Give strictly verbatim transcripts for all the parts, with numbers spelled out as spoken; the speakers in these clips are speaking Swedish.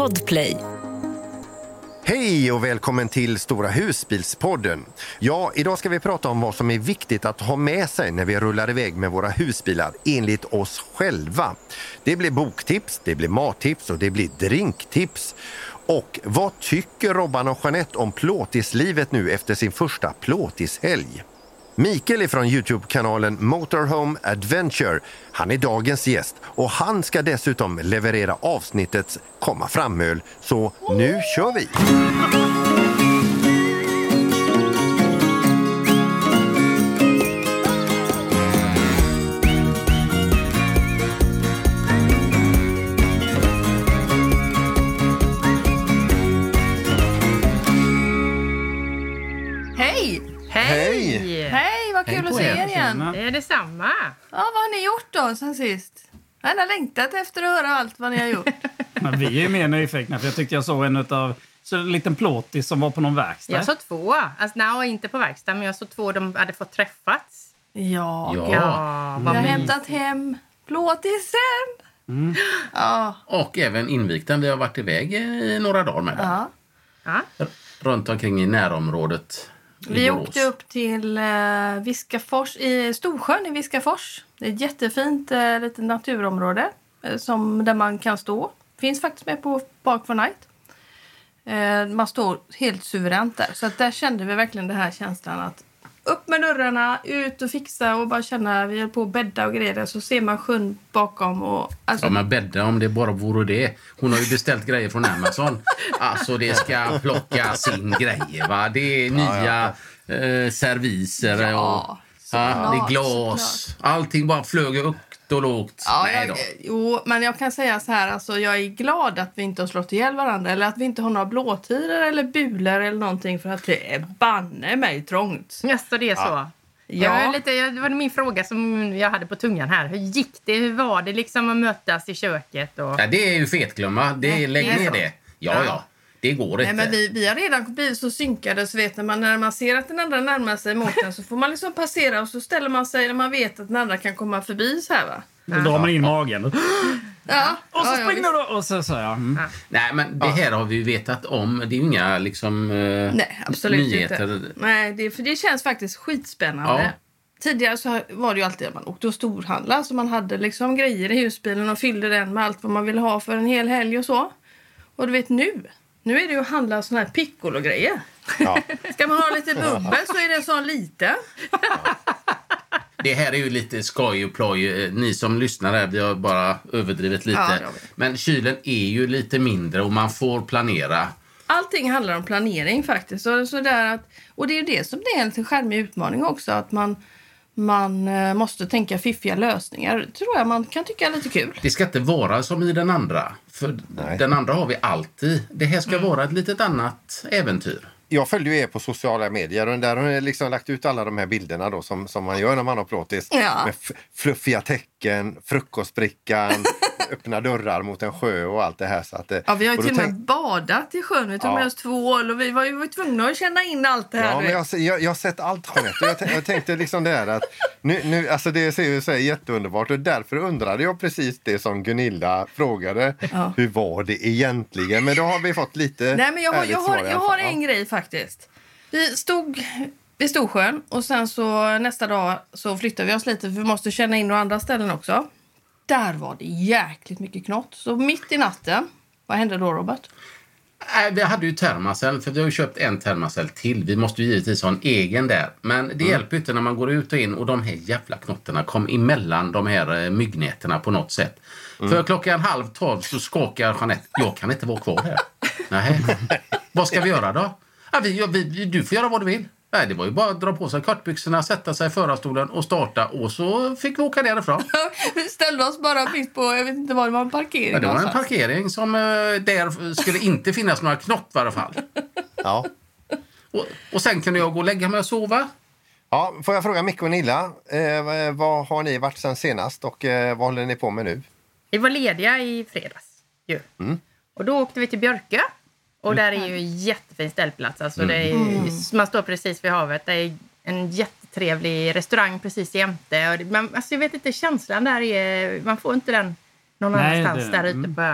Podplay. Hej och välkommen till Stora husbilspodden. Ja, idag ska vi prata om vad som är viktigt att ha med sig när vi rullar iväg med våra husbilar enligt oss själva. Det blir boktips, det blir mattips och det blir drinktips. Och vad tycker Robban och Jeanette om plåtislivet nu efter sin första plåtishelg? Mikael är från YouTube-kanalen Motorhome Adventure. Han är dagens gäst och han ska dessutom leverera avsnittets komma framöl. Så nu kör vi! Hej! Hej! Hej, vad kul att se er igen. Det är detsamma. Ja, vad har ni gjort då sen sist? Jag har längtat efter att höra allt vad ni har gjort. Men vi är mer nyfikna, för jag tyckte jag såg en av så en liten plåtis som var på någon verkstad. Jag såg två. Alltså, nej, inte på verkstad, men jag såg två de hade fått träffats. Ja, Ja, jag vad har mysigt. hämtat hem plåtisen. Mm. Ja, Och även invigten. Vi har varit iväg i några dagar med den. ja. Ja. Runt omkring i närområdet. i Vi Borås. åkte upp till eh, Viskafors, i Storsjön i Viskafors. Det är ett jättefint eh, litet naturområde eh, som, där man kan stå. Finns faktiskt med på Park for Night. Eh, man står helt suveränt där. Så att där kände vi verkligen det här känslan att upp med dörrarna, ut och fixa och bara känna, vi höll på att bädda och grejer. Så ser man sjön bakom och... Alltså, Ja, men bädda om det bara vore det. Hon har ju beställt grejer från Amazon. Alltså det ska plocka sin grejer, va? Det är nya eh, serviser och Ja, ja, det är såklart, glas. Allting bara flög upp och lågt. Ja, Nej då. jag, jo, men jag kan säga så här, alltså, jag är glad att vi inte har slått ihjäl varandra eller att vi inte har några blåtider eller bulor eller någonting, för att det är banne mig trångt. Just det, är så. Ja. Jag är lite, jag, det var min fråga som jag hade på tungan här. Hur gick det? Hur var det liksom att mötas i köket? Och... Ja, det är ju fetglömma. Det, Nej, lägg det är ner så. det. Ja, ja. Det går Nej, inte. men vi, vi har redan blivit så synkade, så vet man, när man ser att den andra närmar sig mot den så får man liksom passera och så ställer man sig när man vet att den andra kan komma förbi så här, va? Då drar man in magen. Ja, Och så ja, ja, springer du då. Och så så ja. Mm. Nej, men det här har vi ju vetat om. Det är ju inga liksom eh, Nej, absolut nyheter. inte. Nej, det, för det känns faktiskt skitspännande. Ja. Tidigare så var det ju alltid att man åkte och storhandla, så man hade liksom grejer i husbilen och fyllde den med allt vad man ville ha för en hel helg och så. Och du vet nu, nu är det ju att handla såna här piccolo-grejer. Ja. Ska man ha lite bubbel så är det en sån liten. Det här är ju lite skoj och ploj. Ni som lyssnar här, vi har bara överdrivet lite. Ja, det har vi. Men kylen är ju lite mindre och man får planera. Allting handlar om planering faktiskt. Och, så där att, och det är ju det som det är en lite charmig utmaning också. Att man, man eh, måste tänka fiffiga lösningar. Det tror jag man kan tycka är lite kul. Det ska inte vara som i den andra. För Nej. den andra har vi alltid. Det här ska vara ett litet annat äventyr. Jag följde ju er på sociala medier och där har ni liksom lagt ut alla de här bilderna då som, som man gör när man har plåtis. Ja. Med f- fluffiga täcken, frukostbrickan, öppna dörrar mot en sjö och allt det här. Så att det, Ja, vi har ju och då till och med tänk- badat i sjön. Vi tog Ja. med oss två öl och vi var ju var ju tvungna att känna in allt det här. Ja, du men vet. jag, jag, jag har sett allt, Jeanette. Och jag, t- jag tänkte liksom det här att nu, nu, alltså det ser ju så här jätteunderbart och därför undrade jag precis det som Gunilla frågade. Ja. Hur var det egentligen? Men då har vi fått lite Nej, men jag har, ärligt jag svar har, i jag alla har fall. en grej faktiskt. Vi stod vid Storsjön och sen så nästa dag så flyttade vi oss lite för vi måste känna in några andra ställen också. Där var det jäkligt mycket knott. Så mitt i natten, vad hände då, Robert? Nej, vi hade ju termacell, för vi har ju köpt en termacell till. Vi måste ju givetvis ha en egen där. Men det hjälper inte när man går ut och in och de här jävla knotterna kom emellan de här eh, myggnätterna på något sätt. För klockan halv tolv så skakar Jeanette. Jag kan inte vara kvar här. Nej. Vad ska vi göra då? Ja, vi, vi, du får göra vad du vill. Nej, det var ju bara att dra på sig kortbyxorna, sätta sig i förarstolen och starta. Och så fick vi åka därifrån. Vi ställde oss bara mitt på, jag vet inte vad det var, en parkering. Ja, det var en någonstans. parkering som eh, där skulle inte finnas några knott i alla fall. Ja. Och, och sen kunde jag gå och lägga mig och sova. Ja, får jag fråga Micke och Nilla, eh, vad har ni varit sen senast och eh, vad håller ni på med nu? Vi var lediga i fredags ju. Mm. Och då åkte vi till Björkö. Och där är ju en jättefin ställplats. Alltså Mm. det är ju, man står precis vid havet. Det är en jättetrevlig restaurang precis jämte. Och det, man, alltså jag vet inte, känslan där är... Man får inte den någon Nej, annanstans det- där ute mm. på öarna.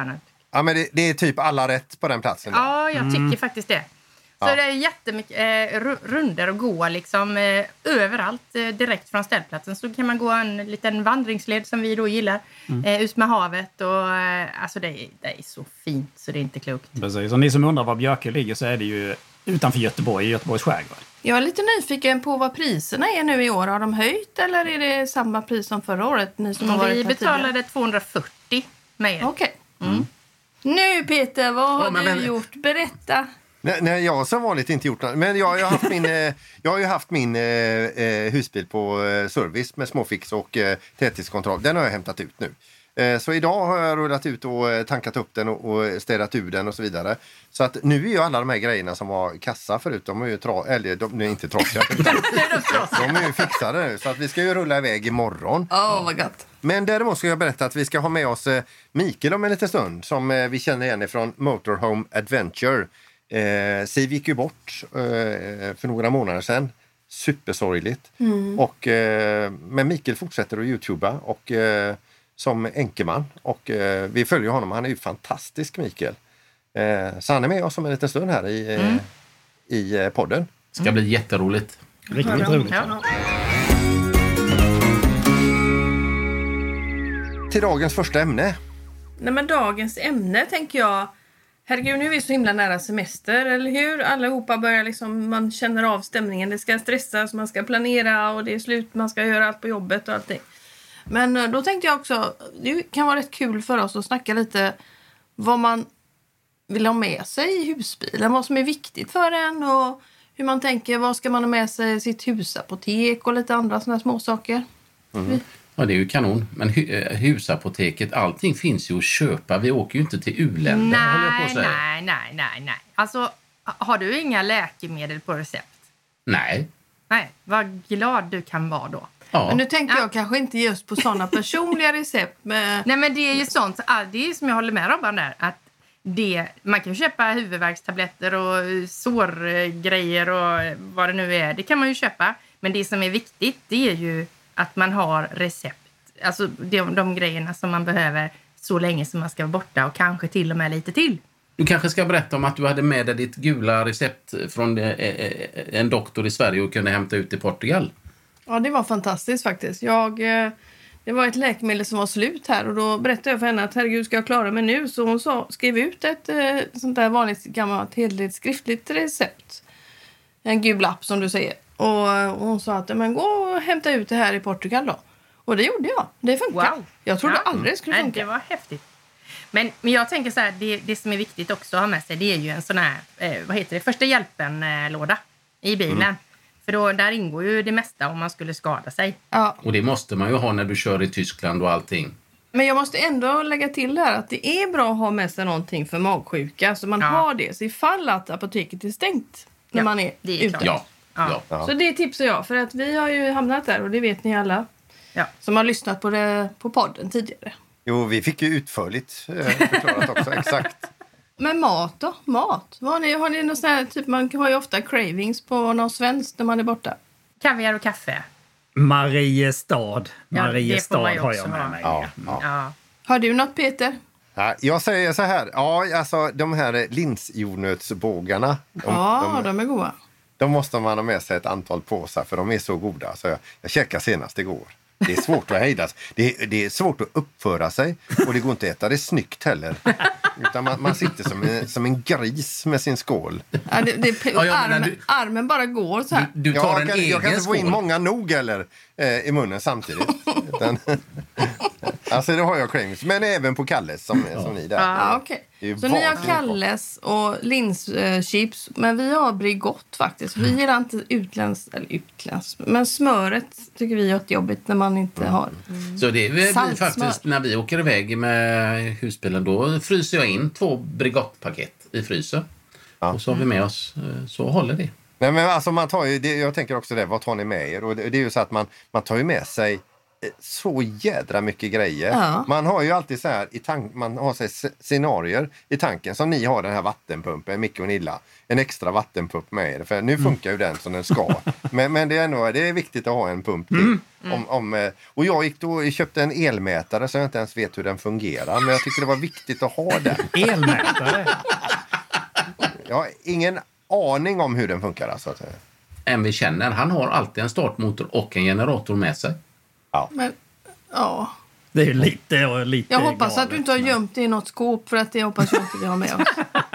Ja, men det, det är typ alla rätt på den platsen. Då. Ja, jag tycker faktiskt det. Så Ja. det är jättemycket eh, ru- runder att gå liksom, eh, överallt eh, direkt från ställplatsen. Så kan man gå en liten vandringsled som vi då gillar. Eh, ut med havet. Och, eh, alltså det är, det är så fint så det är inte klokt. Precis. Och ni som undrar var Björkö ligger så är det ju utanför Göteborg, i Göteborgs skärgård. Jag är lite nyfiken på vad priserna är nu i år. Har de höjt eller är det samma pris som förra året? Ni som har varit Vi här betalade tidigare? tvåhundrafyrtio med er. Okej. Mm. Nu Peter, vad har Ja, men du men- gjort? Berätta. Nej, nej, jag som vanligt inte gjort något. Men jag har ju haft min, eh, jag har ju haft min eh, eh, husbil på eh, service med småfix och eh, täthetskontroll. Den har jag hämtat ut nu. Eh, så idag har jag rullat ut och eh, tankat upp den och, och städat ur den och så vidare. Så att nu är ju alla de här grejerna som var kassa förut, de är ju tra- eller de är inte trasiga. De är ju fixade nu. Så att vi ska ju rulla iväg imorgon. Åh, oh, vad gott. Men däremot ska jag berätta att vi ska ha med oss eh, Mikael om en liten stund som eh, vi känner igen från Motorhome Adventure. Eh, Siv gick ju bort eh, för några månader sedan. Supersorgligt. Mm. Och, eh, men Mikael fortsätter att youtuba och, eh, som enkeman. Och eh, vi följer honom. Han är ju fantastisk, Mikael. Eh, så han är med oss om en liten stund här i, eh, Mm. i eh, podden. Det ska bli jätteroligt. Riktigt roligt. Ja. Till dagens första ämne. Nej, men dagens ämne tänker jag. Herregud, nu är vi så himla nära semester, eller hur? Allihopa börjar liksom, man känner av stämningen. Det ska stressas, man ska planera och det är slut, man ska göra allt på jobbet och allting. Men eh, då tänkte jag också, det kan vara rätt kul för oss att snacka lite vad man vill ha med sig i husbilen. Vad som är viktigt för en och hur man tänker, vad ska man ha med sig sitt husapotek och lite andra sådana små saker. Vi- Ja, det är ju kanon. Men hu- eh, husapoteket, allting finns ju att köpa. Vi åker ju inte till u-länder, håller jag på Nej, att säga. nej, nej, nej, nej. Alltså, har du inga läkemedel på recept? Nej. Nej, vad glad du kan vara då. Ja. Men nu tänkte Ja. jag kanske inte just på sådana personliga recept med... Nej, men det är ju sånt, ah, det är som jag håller med Robban där, att det, man kan ju köpa huvudvärkstabletter och sårgrejer och vad det nu är, det kan man ju köpa. Men det som är viktigt, det är ju att man har recept, alltså de, de grejerna som man behöver så länge som man ska vara borta och kanske till och med lite till. Du kanske ska berätta om att du hade med dig ditt gula recept från eh, eh, en doktor i Sverige och kunde hämta ut i Portugal. Ja, det var fantastiskt faktiskt. Jag, eh, det var ett läkemedel som var slut här och då berättade jag för henne att herregud, ska jag klara mig nu? Så hon sa, skrev ut ett eh, sånt där vanligt gammalt hederligt skriftligt recept. En gul lapp som du säger. Och, eh, och hon sa att men gå och hämta ut det här i Portugal då. Och det gjorde jag. Det funkar. Wow. Jag trodde Ja. aldrig det skulle Nej, funka. det var häftigt. Men, men jag tänker så här, det, det som är viktigt också att ha med sig, det är ju en sån här, eh, vad heter det, första hjälpen-låda i bilen. Mm. För då, där ingår ju det mesta om man skulle skada sig. Ja. Och det måste man ju ha när du kör i Tyskland och allting. Men jag måste ändå lägga till här att det är bra att ha med sig någonting för magsjuka. Så man Ja. har det. Så ifall att apoteket är stängt när Ja, man är, det är ute. klart. Ja, Ja. ja. Ja. Så det tipsar jag. För att vi har ju hamnat där och det vet ni alla. Ja. Som har lyssnat på, det, på podden tidigare. Jo, vi fick ju utförligt eh, förklarat också, exakt. Men mat då? Mat? Vad har ni, har ni någon sån här, typ, man har ju ofta cravings på någon svensk när man är borta. Kaviar och kaffe. Mariestad. Ja, Mariestad det får man ju har också jag med ha. mig. Ja, ja. Ja. Har du något Peter? Ja, jag säger så här, ja, alltså de här linsjordnötsbågarna, de, Ja, de, de är goda. de måste man ha med sig ett antal påsar för de är så goda. Så jag, jag käkade senast igår. Det är svårt att hejdas. Det är, det är svårt att uppföra sig och det går inte att äta det snyggt heller. Utan man, man sitter som en, som en gris med sin skål. Ja, det, det, Ja, ja, men armen, du- armen bara går så här. Du, du tar jag, en kan, egen jag kan inte få in skål. många nog eller, eh, i munnen samtidigt. Utan, alltså det har jag cravings. Men även på Kalles som, som ni där. Ja, okej. Det är ju Så ni har vansinnigt Kalles och linschips, men vi har Bregott faktiskt. Vi gillar inte utländskt, eller utländskt, men smöret tycker vi är jättejobbigt när man inte har. Så det blir Saltsmör. faktiskt, när vi åker iväg med husbilen, då fryser jag in två Bregott-paket i frysen. Ja. Och så har vi med oss, eh, så håller det. Nej, men alltså man tar ju, det, jag tänker också det, vad tar ni med er? Och det, det är ju så att man, man tar ju med sig så jädra mycket grejer. Ja. Man har ju alltid så här i tank, man har så här scenarier i tanken som ni har den här vattenpumpen, Micke och Nilla. En extra vattenpump med er, för nu funkar ju den som den ska. men, men det är ändå det är viktigt att ha en pump till. Mm. Om, om, och jag gick då och köpte en elmätare så jag inte ens vet hur den fungerar, men jag tyckte det var viktigt att ha den. Elmätare? Jag har ingen aning om hur den funkar alltså. En vi känner, han har alltid en startmotor och en generator med sig. Ja. Men, ja. Det är ju lite och lite Jag hoppas galet, att du inte har gömt det i något skåp, för att det hoppas jag inte vi har med oss.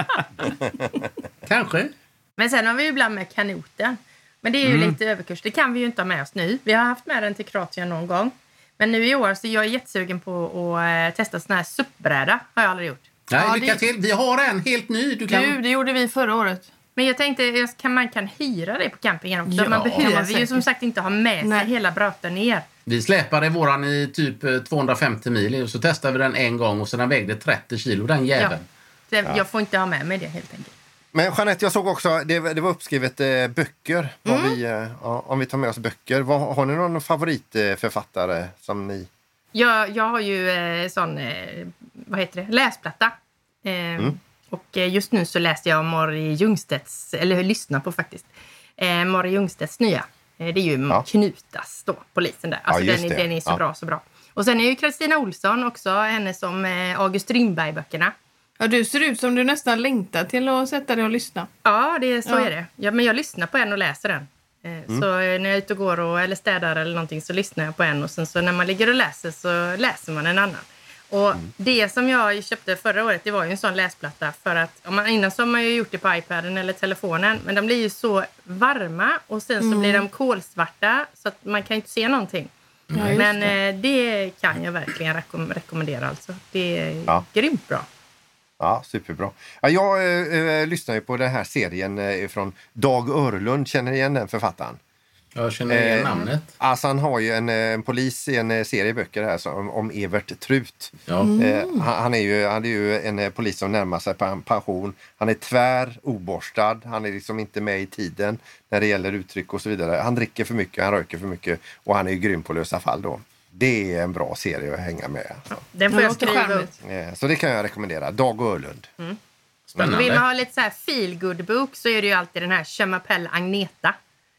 Kanske. Men sen har vi ju ibland med kanoten. Men det är ju Mm. lite överkurs. Det kan vi ju inte ha med oss nu. Vi har haft med den till Kroatien någon gång. Men nu i år så jag är jättesugen på att eh, testa sån här suppbräda. Har jag aldrig gjort. Nej, Ja, lycka det- till. Vi har en helt ny. Du kan... Du, det gjorde vi förra året. Men jag tänkte jag kan, man kan hyra det på campingen också. Ja, man kan behöver man ju säkert. som sagt inte ha med sig Nej. hela bröten ner. Vi släpade våran i typ eh, tvåhundrafemtio mil och så testade vi den en gång och sen den vägde trettio kilo, den jäveln. Så jag får inte ha med mig det helt enkelt. Men Jeanette, jag såg också, det, det var uppskrivet eh, böcker. Vad Mm. vi, eh, ja, om vi tar med oss böcker. Vad, har ni någon favoritförfattare eh, som ni... Jag, jag har ju eh, sån, eh, vad heter det, läsplatta. Eh, Mm. Och eh, just nu så läste jag Mari Ljungstedts, eller lyssnar på faktiskt, eh, Mari Ljungstedts nya. Eh, det är ju Ja. Knutas då, polisen där. Alltså Ja, just den, är, det. den är så Ja. bra, så bra. Och sen är ju Kristina Olsson också, henne som eh, August Strindberg-böckerna. Ja, du ser ut som du nästan längtar till att sätta dig och lyssna. Ja, det, så Ja. är det. Ja, men jag lyssnar på en och läser den. Eh, Så eh, när jag är ute och går och, eller städar eller någonting så lyssnar jag på en. Och sen så när man ligger och läser så läser man en annan. Och det som jag köpte förra året, det var ju en sån läsplatta. För att om man, innan så har man ju gjort det på iPaden eller telefonen. Men de blir ju så varma och sen så blir de kolsvarta så att man kan inte se någonting. Ja, just Men det. eh, det kan jag verkligen rekom- rekommendera alltså. Det är Ja. grymt bra. Ja, superbra. Ja, jag eh, eh, lyssnar ju på den här serien eh, från Dag Örlund. Känner ni igen den författaren? Jag känner igen Eh, namnet. Alltså han har ju en, eh, en polis i en eh, serie böcker här så, om, om Evert Trut. Ja. Eh, han, han, är ju, han är ju en eh, polis som närmar sig pen- pension. Han är tvär, oborstad. Han är liksom inte med i tiden när det gäller uttryck och så vidare. Han dricker för mycket, han röker för mycket och han är ju grym på lösa fall då. Det är en bra serie att hänga med. Alltså. Den får Det jag låter skriva upp. charmigt. Eh, så det kan jag rekommendera. Dag Örlund. Spännande. Vill man ha lite så här feel-good-bok så är det ju alltid den här Chamapelle Agneta.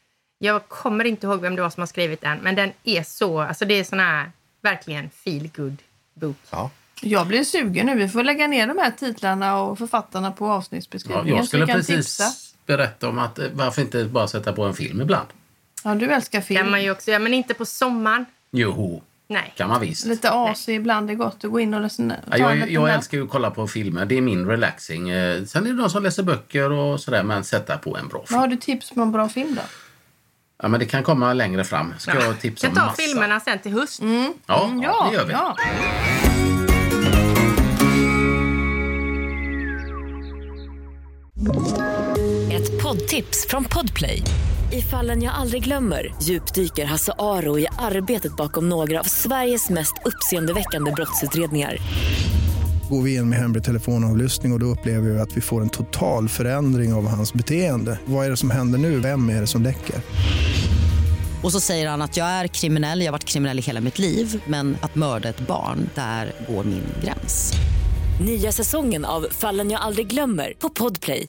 Jag kommer inte ihåg vem det var som har skrivit den, men den är så, alltså det är sån här verkligen feel-good-bok. Ja. Jag blir sugen nu. Vi får lägga ner de här titlarna och författarna på Ja, avsnittsbeskrivningen. jag skulle så vi kan precis tipsa. berätta om att eh, varför inte bara sätta på en film ibland? Ja, du älskar Kan film. man ju också göra, men inte på sommaren. Jo, Nej. kan man visst. Lite A C ibland är gott att gå in och lyssna. Ja, jag, jag älskar ju att kolla på filmer. Det är min relaxing. Eh, Sen är det de som läser böcker och sådär, men sätta på en bra Vad film. har du tips på en bra film då? Ja, men det kan komma längre fram. Ska jag tipsa Kan om ta massa? filmerna sen till höst. Mm. Ja, ja, det gör vi. Ja. Ett poddtips från Podplay. I Fallen jag aldrig glömmer djupdyker Hasse Aro i arbetet bakom några av Sveriges mest uppseendeväckande brottsutredningar. Går vi in med hemlig telefonavlyssning och, och då upplever vi att vi får en total förändring av hans beteende. Vad är det som händer nu? Vem är det som läcker? Och så säger han att jag är kriminell, jag har varit kriminell i hela mitt liv. Men att mörda ett barn, där går min gräns. Nya säsongen av Fallen jag aldrig glömmer på Podplay.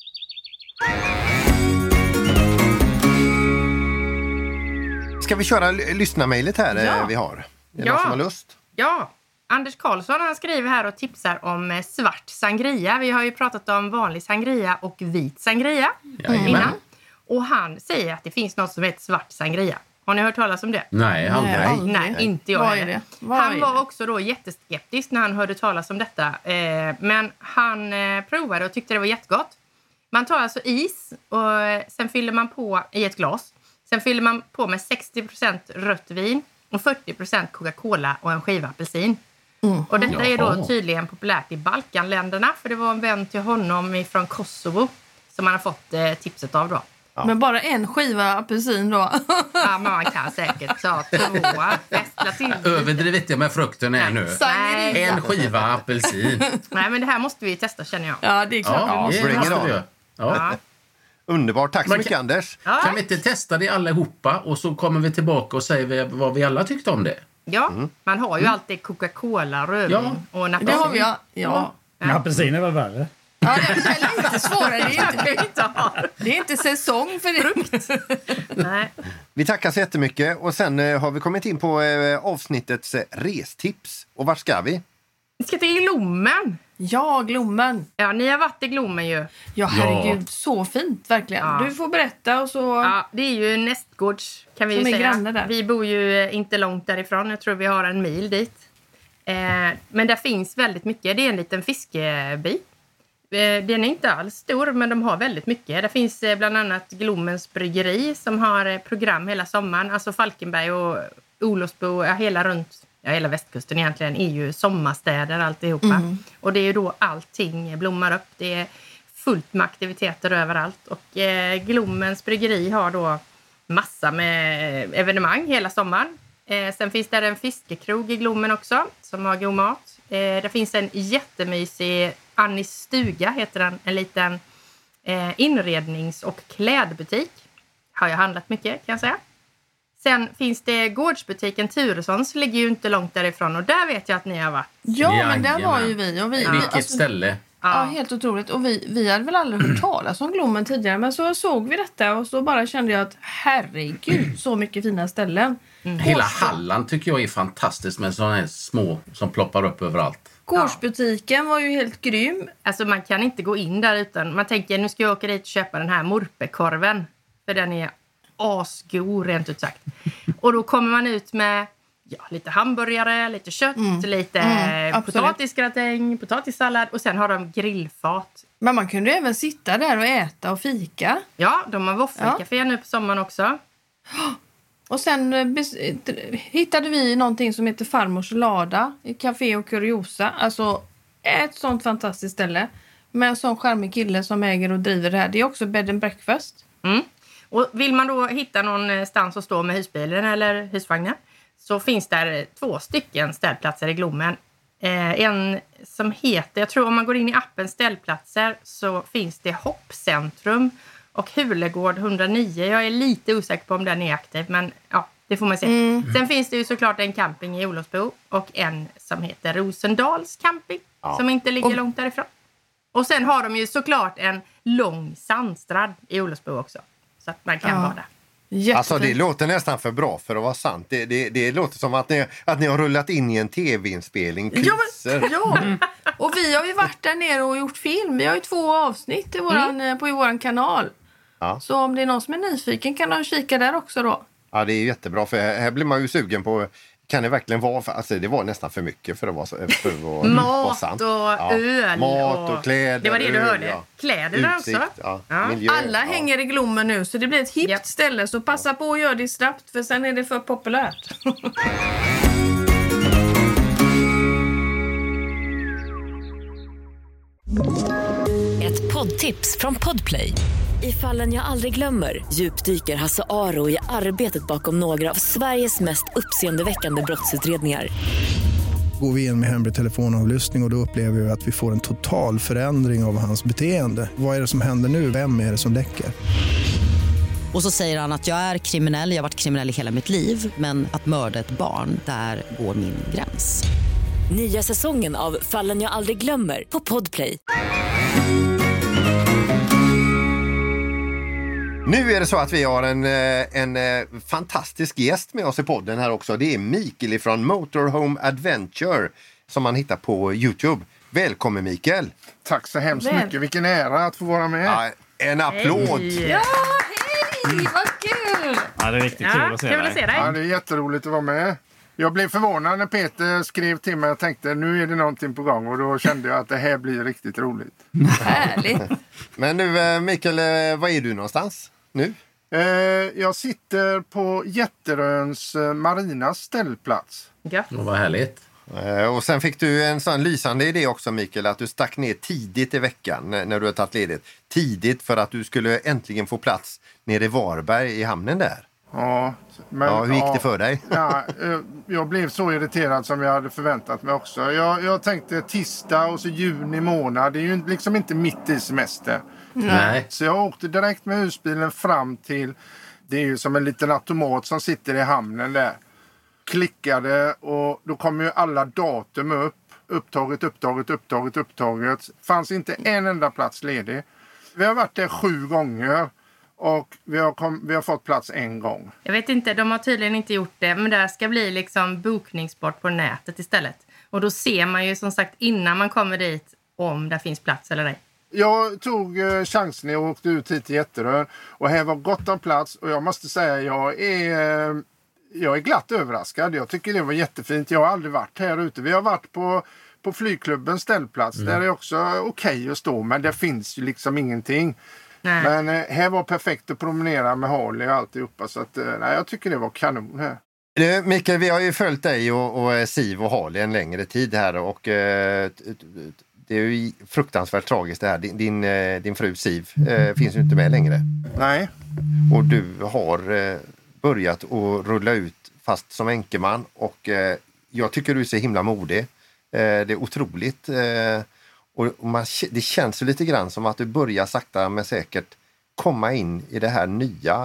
Ska vi köra l- lyssna-mejlet här Ja. eh, vi har? Är det Ja. någon som har lust? Ja, Anders Karlsson han skriver här och tipsar om eh, svart sangria. Vi har ju pratat om vanlig sangria och vit sangria Jajamän. innan. Och han säger att det finns något som heter svart sangria. Har ni hört talas om det? Nej, aldrig. Nej, aldrig. Nej, inte jag Vad heller. är det? Vad Han är var det? också då jätteskeptisk när han hörde talas om detta. Eh, men han eh, provade och tyckte det var jättegott. Man tar alltså is och eh, sen fyller man på i ett glas. Sen fyller man på med sextio procent rött vin och fyrtio procent Coca-Cola och en skiva apelsin. Och detta är Jaha. då tydligen populärt i Balkanländerna. För det var en vän till honom från Kosovo som han har fått eh, tipset av då. Men bara en skiva apelsin då. Ja, men man kan säkert ta två, fästla till. Överdrivet det med frukten är nu. Sangria. En skiva apelsin. Nej, men det här måste vi testa känner jag. Ja, det är klart. Ja, vi det måste. bring it måste on. vi göra. Ja. Ja. Underbart. Tack så Man mycket, kan- Anders. Ja. Kan vi inte testa det allihopa och så kommer vi tillbaka och säger vad vi alla tyckte om det? Ja, man har ju alltid Coca-Cola, rödvin Ja. och Det har vi, ja. ja. Men apelsin är väl värre? Ja, det är lite svårare. Det är inte, vi inte har. det är inte säsong för det. Nej. Vi tackar så jättemycket. Och sen eh, har vi kommit in på eh, avsnittets eh, restips. Och vart ska vi? Vi ska till Glommen. Ja, Glommen. Ja, ni har varit i Glommen ju. Ja, herregud. Så fint, verkligen. Ja. Du får berätta och så... Ja, det är ju nästgårds kan vi Som ju är säga. granne där. Vi bor ju inte långt därifrån. Jag tror vi har en mil dit. Eh, men där finns väldigt mycket. Det är en liten fiskeby. Eh, den är inte alls stor, men de har väldigt mycket. Det finns eh, bland annat Glommens bryggeri som har eh, program hela sommaren. Alltså Falkenberg och Olofsbo, ja, hela runt, ja, hela västkusten egentligen är ju sommarstäder alltihopa. Mm. Och det är ju då allting blommar upp. Det är fullt med aktiviteter överallt. Och eh, Glommens bryggeri har då massa med evenemang hela sommaren. Eh, sen finns det en fiskekrog i Glommen också som har god mat. Eh, det finns en jättemysig Annis stuga heter den. En liten eh, inrednings- och klädbutik. Har jag handlat mycket kan jag säga. Sen finns det gårdsbutiken Turessons, ligger ju inte långt därifrån. Och där vet jag att ni har varit. Ja, men där Jajamän. var ju vi. Och vi vi- Vilket alltså- ställe. Ja, helt otroligt. Och vi, vi hade väl aldrig hört talas om Glommen tidigare. Men så såg vi detta och så bara kände jag att herregud, så mycket fina ställen. Hela Halland tycker jag är fantastiskt med sådana här små som ploppar upp överallt. Gårdsbutiken var ju helt grym. Alltså man kan inte gå in där utan man tänker nu ska jag åka dit och köpa den här morpekorven. För den är asgod rent ut sagt. Och då kommer man ut med ja, lite hamburgare, lite kött, lite Mm, absolut. potatisgratäng, potatissallad och sen har de grillfat. Men man kunde även sitta där och äta och fika. Ja, de har våffelcafé nu på sommaren också. Och sen eh, bes- eh, hittade vi någonting som heter Farmors lada i Café och Kuriosa. Alltså ett sånt fantastiskt ställe. Med en sån charmig kille som äger och driver det här. Det är också bed and breakfast. Mm. Och vill man då hitta någonstans att stå med husbilen eller husvagnen så finns där två stycken ställplatser i Glommen. Eh, en som heter, jag tror om man går in i appen ställplatser så finns det Hoppcentrum och Hulegård hundranio. Jag är lite osäker på om den är aktiv men ja, det får man se. Mm. Sen finns det ju såklart en camping i Olofsbo och en som heter Rosendals camping som inte ligger Och- långt därifrån. Och sen har de ju såklart en lång sandstrand i Olofsbo också. Så att man kan Ja. vara där. Jättefint. Alltså det låter nästan för bra för att vara sant. Det, det, det låter som att ni, att ni har rullat in i en tv-inspelning. Ja, Kriser. men, ja. Och vi har ju varit där nere och gjort film. Vi har ju två avsnitt i våran, eh, på vår kanal. Ja. Så om det är någon som är nyfiken kan de kika där också då. Ja, det är jättebra för här, här blir man ju sugen på. Kan det verkligen vara för, alltså det var nästan för mycket för att vara, så- för att vara, vara Mat sant. och Ja. öl. Mat och kläder. Det var det du öl, hörde. ja. Kläderna Utsikt, också. ja. Ja. Miljö, Alla ja. hänger i Glommen nu så det blir ett hippt Japp. ställe. Så passa på att göra det snabbt för sen är det för populärt. Ett poddtips från Podplay. I Fallen jag aldrig glömmer djupdyker Hasse Aro i arbetet bakom några av Sveriges mest uppseendeväckande brottsutredningar. Går vi in med hemlig telefonavlyssning och, och då upplever vi att vi får en total förändring av hans beteende. Vad är det som händer nu? Vem är det som läcker? Och så säger han att jag är kriminell, jag har varit kriminell i hela mitt liv. Men att mörda ett barn, där går min gräns. Nya säsongen av Fallen jag aldrig glömmer på Podplay. Nu är det så att vi har en, eh, en eh, fantastisk gäst med oss i podden här också. Det är Mikael från Motorhome Adventure som man hittar på YouTube. Välkommen Mikael! Tack så hemskt Väl. mycket. Vilken ära att få vara med. Ja, en applåd! Hej. Ja, hej! Vad kul! Ja, det är riktigt Ja, kul att se kul dig. att se dig. Ja, det är jätteroligt att vara med. Jag blev förvånad när Peter skrev till mig och tänkte nu är det någonting på gång och då kände jag att det här blir riktigt roligt. Härligt. Men nu eh, Mikael, eh, var är du någonstans nu? Eh, jag sitter på Jätteröns eh, marinas ställplats. Ja. Det var härligt. Eh, och sen fick du en sån lysande idé också Mikael, att du stack ner tidigt i veckan när, när du har tagit ledigt. Tidigt för att du skulle äntligen få plats nere i Varberg i hamnen där. Ja, men, Ja, hur gick ja, det för dig? Ja, jag blev så irriterad som jag hade förväntat mig också. Jag, jag tänkte tisdag och så juni månad. Det är ju liksom inte mitt i semester. Nej. Så jag åkte direkt med husbilen fram till... Det är ju som en liten automat som sitter i hamnen där. Klickade och då kom ju alla datum upp. Upptaget, upptaget, upptaget, upptaget. Fanns inte en enda plats ledig. Vi har varit där sju gånger. Och vi har, kom, vi har fått plats en gång. Jag vet inte, de har tydligen inte gjort det. Men det ska bli liksom bokningsbart på nätet istället. Och då ser man ju som sagt innan man kommer dit om det finns plats eller ej. Jag tog eh, chansen och åkte ut hit till Jätterön. Och här var gott om plats. Och jag måste säga, jag är, eh, jag är glatt överraskad. Jag tycker det var jättefint. Jag har aldrig varit här ute. Vi har varit på, på flygklubbens ställplats. Mm. Där är också okej okay att stå. Men det finns ju liksom ingenting. Nej. Men eh, här var perfekt att promenera med Harley och alltihopa. Så att, eh, nej, jag tycker det var kanon här. Du, Mikael, vi har ju följt dig och, och Siv och Harley en längre tid här. Och eh, det är ju fruktansvärt tragiskt det här. Din, din, din fru Siv eh, finns ju inte med längre. Nej. Och du har eh, börjat att rulla ut fast som enkeman. Och eh, jag tycker du är så himla modig. Eh, det är otroligt. Eh, och man, det känns ju lite grann som att du börjar sakta men säkert komma in i det här nya,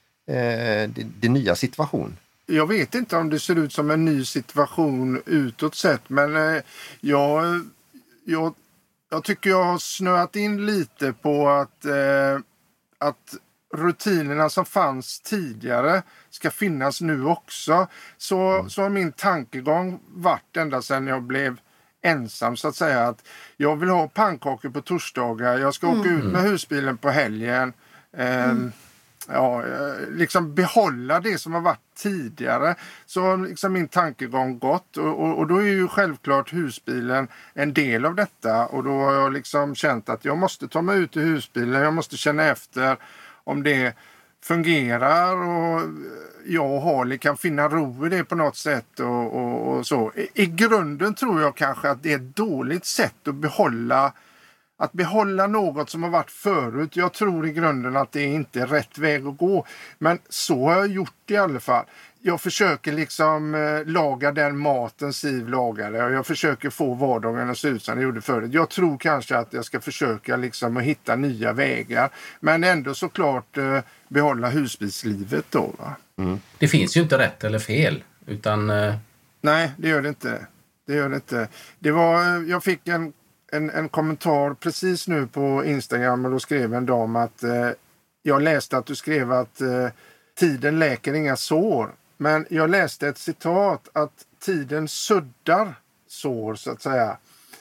eh, det, det nya situation. Jag vet inte om det ser ut som en ny situation utåt sett. Men eh, jag... Jag, jag tycker jag har snöat in lite på att, eh, att rutinerna som fanns tidigare ska finnas nu också. Så, mm. så har min tankegång varit ända sedan jag blev ensam så att säga. Att jag vill ha pannkakor på torsdagar. Jag ska mm. åka ut med husbilen på helgen. Eh, mm. Ja, liksom behålla det som har varit tidigare. Så har liksom min tankegång gått. Och, och, och då är ju självklart husbilen en del av detta. Och då har jag liksom känt att jag måste ta mig ut i husbilen. Jag måste känna efter om det fungerar. Och jag och Harley kan finna ro i det på något sätt. Och, och, och så. I, I grunden tror jag kanske att det är ett dåligt sätt att behålla... Att behålla något som har varit förut. Jag tror i grunden att det inte är rätt väg att gå. Men så har jag gjort i alla fall. Jag försöker liksom eh, laga den maten Siv lagade. Och jag försöker få vardagen att se ut som jag gjorde förut. Jag tror kanske att jag ska försöka liksom att hitta nya vägar. Men ändå såklart eh, behålla husbilslivet då. Va? Mm. Det finns ju inte rätt eller fel. Utan... Eh... Nej, det gör det inte. Det gör det inte. Det var, jag fick en... En, en kommentar precis nu på Instagram och då skrev en dam att eh, jag läste att du skrev att eh, tiden läker inga sår. Men jag läste ett citat att tiden suddar sår så att säga.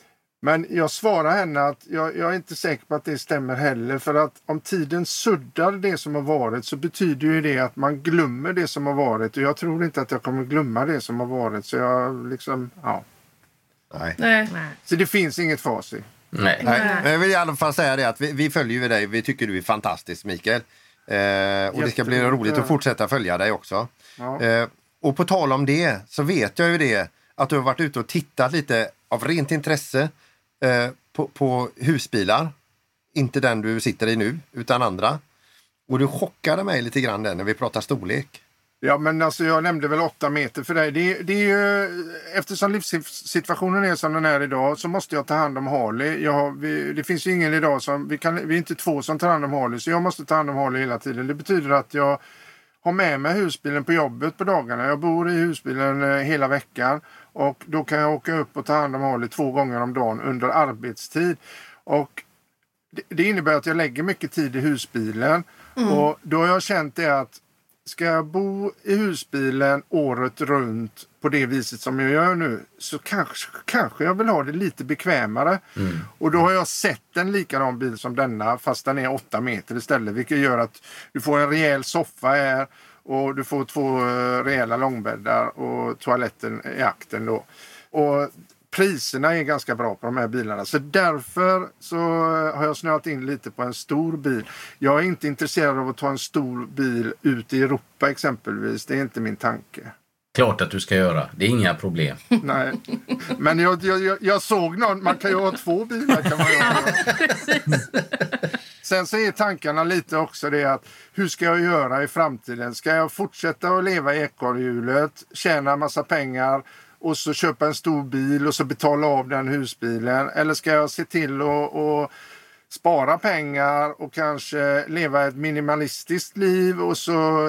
Men jag svarar henne att jag, jag är inte säker på att det stämmer heller. För att om tiden suddar det som har varit så betyder ju det att man glömmer det som har varit. Och jag tror inte att jag kommer glömma det som har varit. Så jag liksom, ja. Nej. Nej. Så det finns inget facit. Nej. Nej. Jag vill i alla fall säga det att vi, vi följer ju dig. Vi tycker du är fantastisk, Mikael. Eh, och det ska bli roligt att fortsätta följa dig också. Ja. Eh, och på tal om det så vet jag ju det att du har varit ute och tittat lite av rent intresse eh, på, på husbilar. Inte den du sitter i nu, utan andra. Och du chockade mig lite grann där när vi pratar storlek. Ja, men alltså jag nämnde väl åtta meter för dig. Det, det är ju, eftersom livssituationen är som den är idag så måste jag ta hand om Harley. Jag, vi, det finns ju ingen idag som, vi, kan, vi är inte två som tar hand om Harley så jag måste ta hand om Harley hela tiden. Det betyder att jag har med mig husbilen på jobbet på dagarna. Jag bor i husbilen hela veckan och då kan jag åka upp och ta hand om Harley två gånger om dagen under arbetstid. Och det, det innebär att jag lägger mycket tid i husbilen mm. och då har jag känt det att ska jag bo i husbilen året runt på det viset som jag gör nu så kanske, kanske jag vill ha det lite bekvämare. Mm. Och då har jag sett en likadan bil som denna fast den är åtta meter istället. Vilket gör att du får en rejäl soffa här och du får två rejäla långbäddar och toaletten i akten då. Och priserna är ganska bra på de här bilarna. Så därför så har jag snöat in lite på en stor bil. Jag är inte intresserad av att ta en stor bil ut i Europa exempelvis. Det är inte min tanke. Klart att du ska göra. Det är inga problem. Nej. Men jag, jag, jag såg någon. Man kan ju ha två bilar kan man göra. Sen så är tankarna lite också det att hur ska jag göra i framtiden? Ska jag fortsätta att leva i ekorrhjulet, tjäna massa pengar och så köpa en stor bil och så betala av den husbilen? Eller ska jag se till att, att spara pengar och kanske leva ett minimalistiskt liv och så,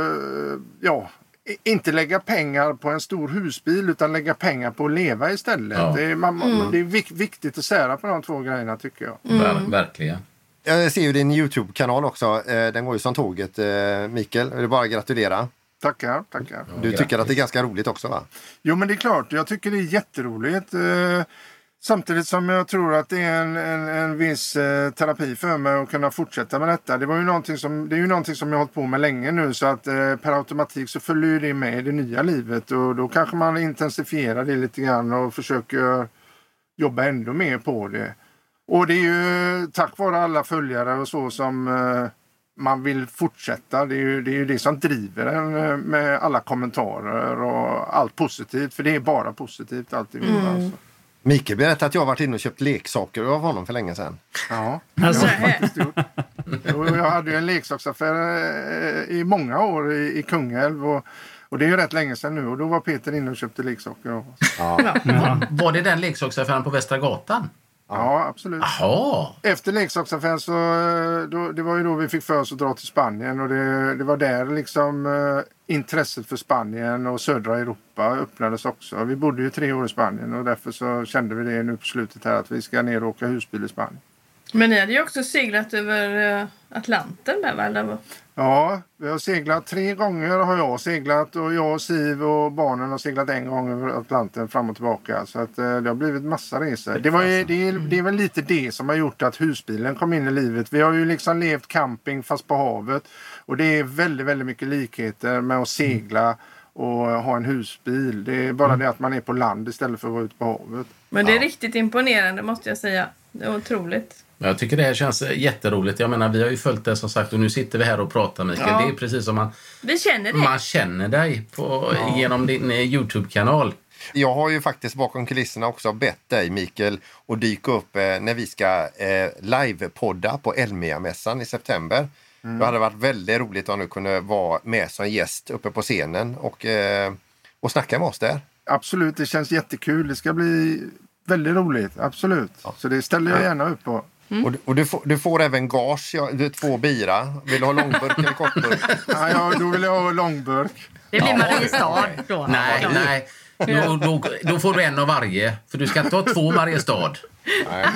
ja, inte lägga pengar på en stor husbil utan lägga pengar på att leva istället. Ja. Det är, man, Mm. det är vik, viktigt att sära på de två grejerna tycker jag. Ver- verkligen. Jag ser ju din YouTube-kanal också. Eh, Den går ju som tåget, eh, Mikael. Det är bara att gratulera. Tackar, tackar. Du tycker att det är ganska roligt också, va? Jo, men det är klart. Jag tycker det är jätteroligt. Eh, samtidigt som jag tror att det är en, en, en viss eh, terapi för mig att kunna fortsätta med detta. Det, var ju någonting som, det är ju någonting som jag har hållit på med länge nu. Så att eh, per automatik så följer det med i det nya livet. Och då kanske man intensifierar det lite grann och försöker jobba ändå mer på det. Och det är ju tack vare alla följare och så som eh, man vill fortsätta. Det är, ju, det är ju det som driver en eh, med alla kommentarer och allt positivt. För det är bara positivt alltid. Mm. Alltså. Mikael berättade att jag har varit inne och köpt leksaker av honom för länge sedan. Ja, Alltså. det har jag faktiskt gjort. Och jag hade ju en leksaksaffär eh, i många år i, i Kungälv. Och, och det är ju rätt länge sedan nu. Och då var Peter inne och köpte leksaker av oss. Ja. Ja. Var det den leksaksaffären på Västra gatan? Ja, absolut. Jaha. Efter leksaksaffären så då, det var ju då vi fick för oss att dra till Spanien och det, det var där liksom eh, intresset för Spanien och södra Europa öppnades också. Vi bodde ju tre år i Spanien och därför så kände vi det nu på slutet här att vi ska ner och åka husbil i Spanien. Men ni hade ju också seglat över eh, Atlanten där, va? Eller? Ja, vi har seglat tre gånger har jag seglat och jag och Siv och barnen har seglat en gång över Atlanten fram och tillbaka. Så att, eh, det har blivit massa resor. Det, var ju, det, är, det är väl lite det som har gjort att husbilen kom in i livet. Vi har ju liksom levt camping fast på havet och det är väldigt, väldigt mycket likheter med att segla och ha en husbil. Det är bara mm. det att man är på land istället för att vara ute på havet. Men det är Ja. riktigt imponerande måste jag säga. Det är otroligt. Jag tycker det här känns jätteroligt. Jag menar, vi har ju följt det som sagt och nu sitter vi här och pratar, Mikael. Ja. Det är precis som man, Vi känner det. man känner dig på, genom din eh, YouTube-kanal. Jag har ju faktiskt bakom kulisserna också bett dig, Mikael, att dyka upp eh, när vi ska eh, live-podda på Elmia-mässan i september. Mm. Det hade varit väldigt roligt om du kunde vara med som gäst uppe på scenen och, eh, och snacka med oss där. Absolut, det känns jättekul. Det ska bli väldigt roligt, absolut. Ja. Så det ställer jag gärna upp på. Mm. Och, och du, får, du får även gage, ja, du, två bira. Vill du ha långburk eller kortburk? Ja, ja, då vill jag ha långburk. Det blir Mariestad då. Nej, nej. Då, då, då får du en av varje. För du ska inte ha två Mariestad. Nej.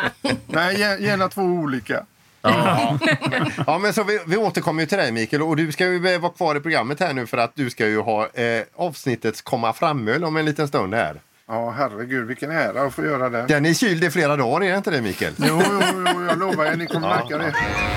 Nej, gärna två olika. Ja, ja men så vi, vi återkommer ju till dig, Mikael. Och du ska ju vara kvar i programmet här nu för att du ska ju ha eh, avsnittets komma framöl om en liten stund här. Ja, herregud, vilken ära att få göra det. Den är kyld i flera dagar, är det inte det, Mikael? Jo, jo, jo, jag lovar er, ni kommer Ja. märka det.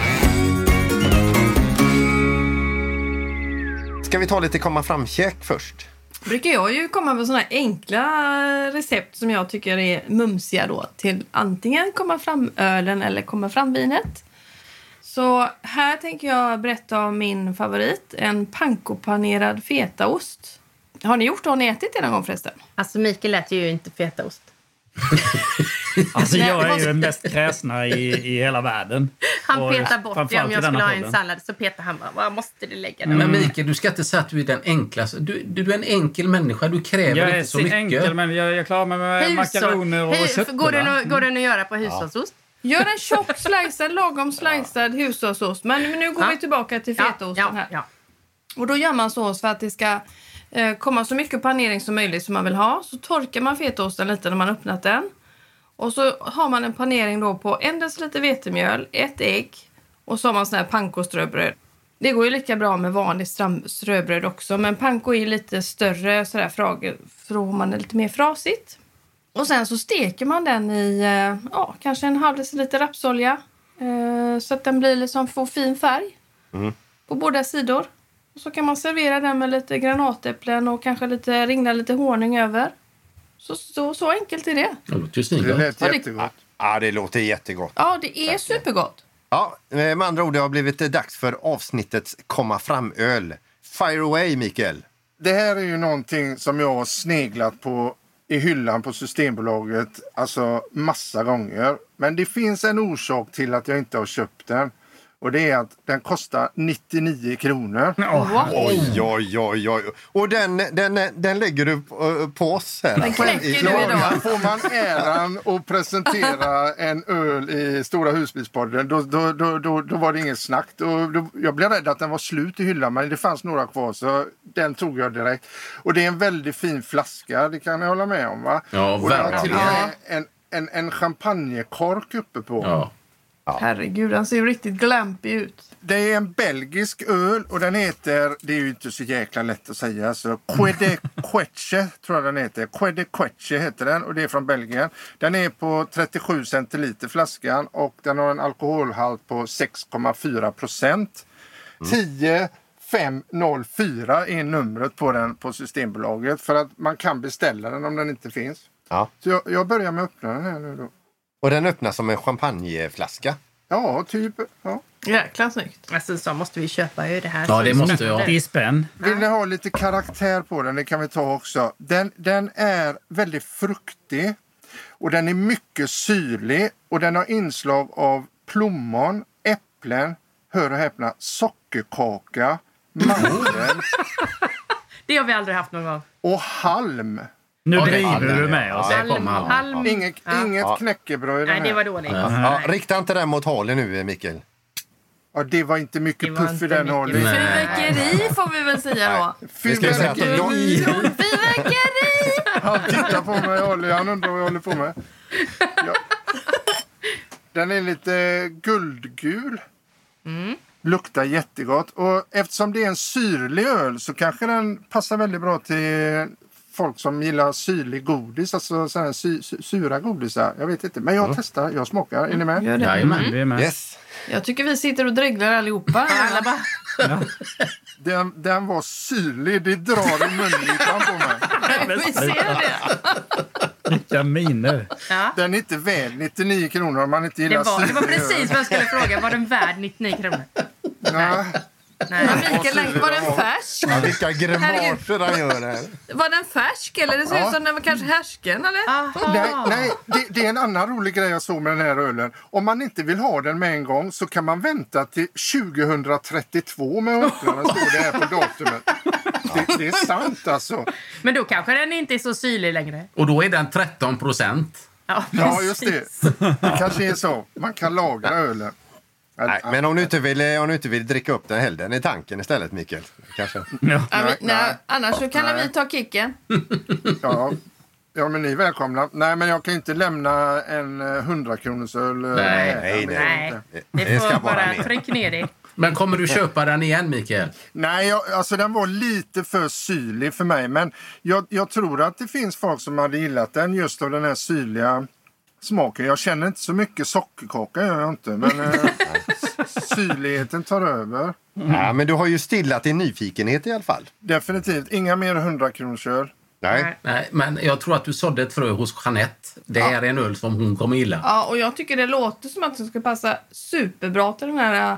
Ska vi ta lite komma fram-check först? Brukar jag ju komma med såna här enkla recept som jag tycker är mumsiga då till antingen komma fram ölen eller komma fram vinet. Så här tänker jag berätta om min favorit, en pankopanerad fetaost. Har ni gjort det? Har ni ätit det någon gång förresten? Alltså Mikael lät ju inte fetaost. Alltså Nej, jag det är måste- ju den mest kräsna i, i hela världen. Han Och petar bort det framförallt om i jag denna skulle ha en podden. sallad. Så petar han bara, vad måste du lägga den? Men Mikael, du ska inte säga att du är den enklaste. Du, du är en enkel människa. Du kräver Jag är inte så så mycket. enkel, men jag, jag klarar mig med makaroner och Hus- köttbullar. går, den att, går den att göra på hushållsost? Gör en tjock slicead, lagom slicead hushållsost. Men nu går Ja. vi tillbaka till fetaosten ja, här. ja. Och då gör man så för att det ska eh, komma så mycket panering som möjligt som man vill ha. Så torkar man fetaosten lite när man öppnat den. Och så har man en panering då på en deciliter vetemjöl, ett ägg och så har man sån här panko-ströbröd. Det går ju lika bra med vanligt stram- ströbröd också, men panko är lite större sådär för för då har man det lite mer frasigt. Och sen så steker man den i eh, ja, kanske en halv deciliter rapsolja eh, så att den blir liksom får fin färg Mm. på båda sidor. Och så kan man servera den med lite granatäpplen och kanske lite ringla lite honung över. Så, så, så enkelt är det. Det låter ju Det snyggt. lät Ja, det- jättegott. Ja, det låter jättegott. Ja, det är supergott. Ja, med andra ord, det har blivit dags för avsnittets komma fram-öl. Fire away, Mikael. Det här är ju någonting som jag har sneglat på i hyllan på Systembolaget alltså massa gånger. Men det finns en orsak till att jag inte har köpt den. Och det är att den kostar nittionio kronor. Oh. Oj, oj, oj, oj. Och den, den, den lägger du på, på oss här. Den knäcker du idag. Får man äran att presentera en öl i Stora Husbilspodden, då, då, då, då, då var det inget snack. Då, då, jag blev rädd att den var slut i hyllan, men det fanns några kvar, så den tog jag direkt. Och det är en väldigt fin flaska, det kan jag hålla med om, va? Ja, och det har till och verkligen. med en, en, en champagnekork uppe på. Ja. Herregud, den ser ju riktigt glampig ut. Det är en belgisk öl och den heter, det är ju inte så jäkla lätt att säga, så Quai de Quetche tror jag den heter. Quai de Quetche heter den och det är från Belgien. Den är på trettiosju centiliter flaskan och den har en alkoholhalt på sex komma fyra procent. tio fem noll fyra är numret på den på Systembolaget, för att man kan beställa den om den inte finns. Ja. Så jag, jag börjar med att öppna den här nu då. Och den öppnas som en champagneflaska. Ja, typ. Ja. Jäkla snyggt. Alltså så måste vi köpa ju det här. Ja, det måste jag. Det är spänn. Vill ni ha lite karaktär på den? Det kan vi ta också. Den, den är väldigt fruktig och den är mycket syrlig och den har inslag av plommon, äpplen, hör och häpna, sockerkaka, mandel Det har vi aldrig haft någon gång. och halm. Nu Ja, det- driver ja, du det- med oss. ja, Halm, kom halm. halm. Inget, Ja. inget Ja. knäckebröd i den Nej, det här. var dåligt. Ja, rikta inte den mot halen nu, Mikael. Ja, det var inte mycket Det var puff i inte den mycket. hållet. Nej. Fyrverkeri får vi väl säga då. Vi ska säga att jag, Fyrverkeri! Han tittar på mig, Olli. Han undrar vad jag håller på med. Ja. Den är lite guldgul. Luktar jättegott. Och eftersom det är en syrlig öl så kanske den passar väldigt bra till folk som gillar syrlig godis. Alltså sådana sy- sy- sura godisar. Jag vet inte. Men jag testar. Jag smakar. Är ni med? Gör det. Jajamän. Vi är med. yes. Jag tycker vi sitter och dreglar allihopa. Alla bara, Den, den var syrlig. Det drar i mungipan på mig. vi ser det. Vilka miner. ja. Den är inte värd nittionio kronor om man inte Det gillar var, det var syrlig precis öl. vad jag skulle fråga. Var den värd nittionio kronor? Nej. Nej. Mikael, var den färsk? Ja, vilka grimaser han gör här. Var den färsk eller det ser Ja. ut som den var kanske härsken eller? Aha. Nej, nej det, det är en annan rolig grej jag såg med den här ölen. Om man inte vill ha den med en gång så kan man vänta till tjugohundratrettiotvå med att öppna den, står det här på datumet. Det, det är sant alltså. Men då kanske den inte är så syrlig längre. Och då är den tretton procent. Ja, Ja, just det. Det kanske är så. Man kan lagra ölen. Nej, men om du inte vill, om du inte vill dricka upp den, häll den i tanken istället, Mikael. Kanske. Ja. Ja, vi, Nej, nej, nej. annars så kan Nej. vi ta kicken. Ja. Ja, men ni är välkomna. Nej, men jag kan inte lämna en hundrakronorsöl. Nej, nej, Nej, Det det ska får bara bara med. tryck ner det. Men kommer du köpa den igen, Mikael? Nej, jag, alltså den var lite för syrlig för mig. Men jag, jag tror att det finns folk som hade gillat den just av den här syrliga smaken. Jag känner inte så mycket sockerkaka, gör jag inte. Men eh, syrligheten tar över. Ja, men du har ju stillat din nyfikenhet i alla fall. Definitivt. Inga mer hundrakronorsöl. Nej. Nej, men jag tror att du sådde ett frö hos Jeanette. Det är en öl som hon kommer gilla. Ja, och jag tycker det låter som att det ska passa superbra till den här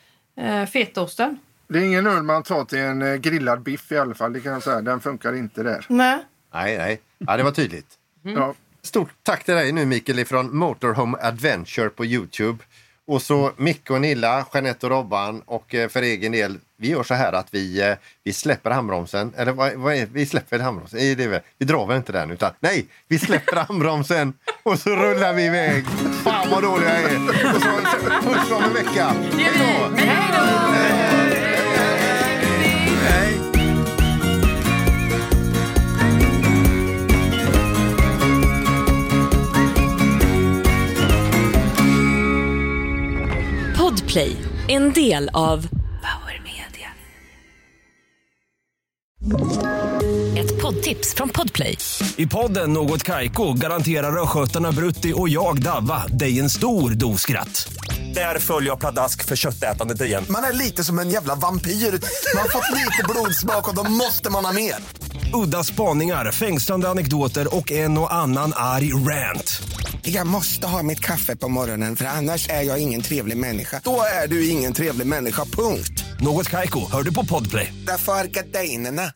äh, fetaosten. Det är ingen öl man tar till en eh, grillad biff i alla fall. Det kan jag säga. Den funkar inte där. Nej. Nej, nej. Ja, det var tydligt. Ja. Stort tack till dig nu, Mikael, från Motorhome Adventure på YouTube. Och så Micke och Nilla, Jeanette och Robban, och eh, för egen del, vi gör så här att vi, eh, vi släpper handbromsen. Eller vad, vad är vi släpper handbromsen? Nej, det är väl, vi drar väl inte den, utan nej, vi släpper handbromsen och så rullar vi iväg. Fan vad dålig jag är. Och så hörs om en vecka. Hej då! Hej då! Podplay, en del av Power Media. Ett poddtips från Podplay. I podden Något Kaiko garanterar röskötarna Brutti och jag Davva dig en stor dos skratt. Där följer jag pladask för köttätandet igen. Man är lite som en jävla vampyr. Man har fått lite blodsmak och då måste man ha mer. Udda spaningar, fängslande anekdoter och en och annan arg rant. Jag måste ha mitt kaffe på morgonen för annars är jag ingen trevlig människa. Då är du ingen trevlig människa, punkt. Något Kaiko, hör du på Podplay. Därför är gardinerna.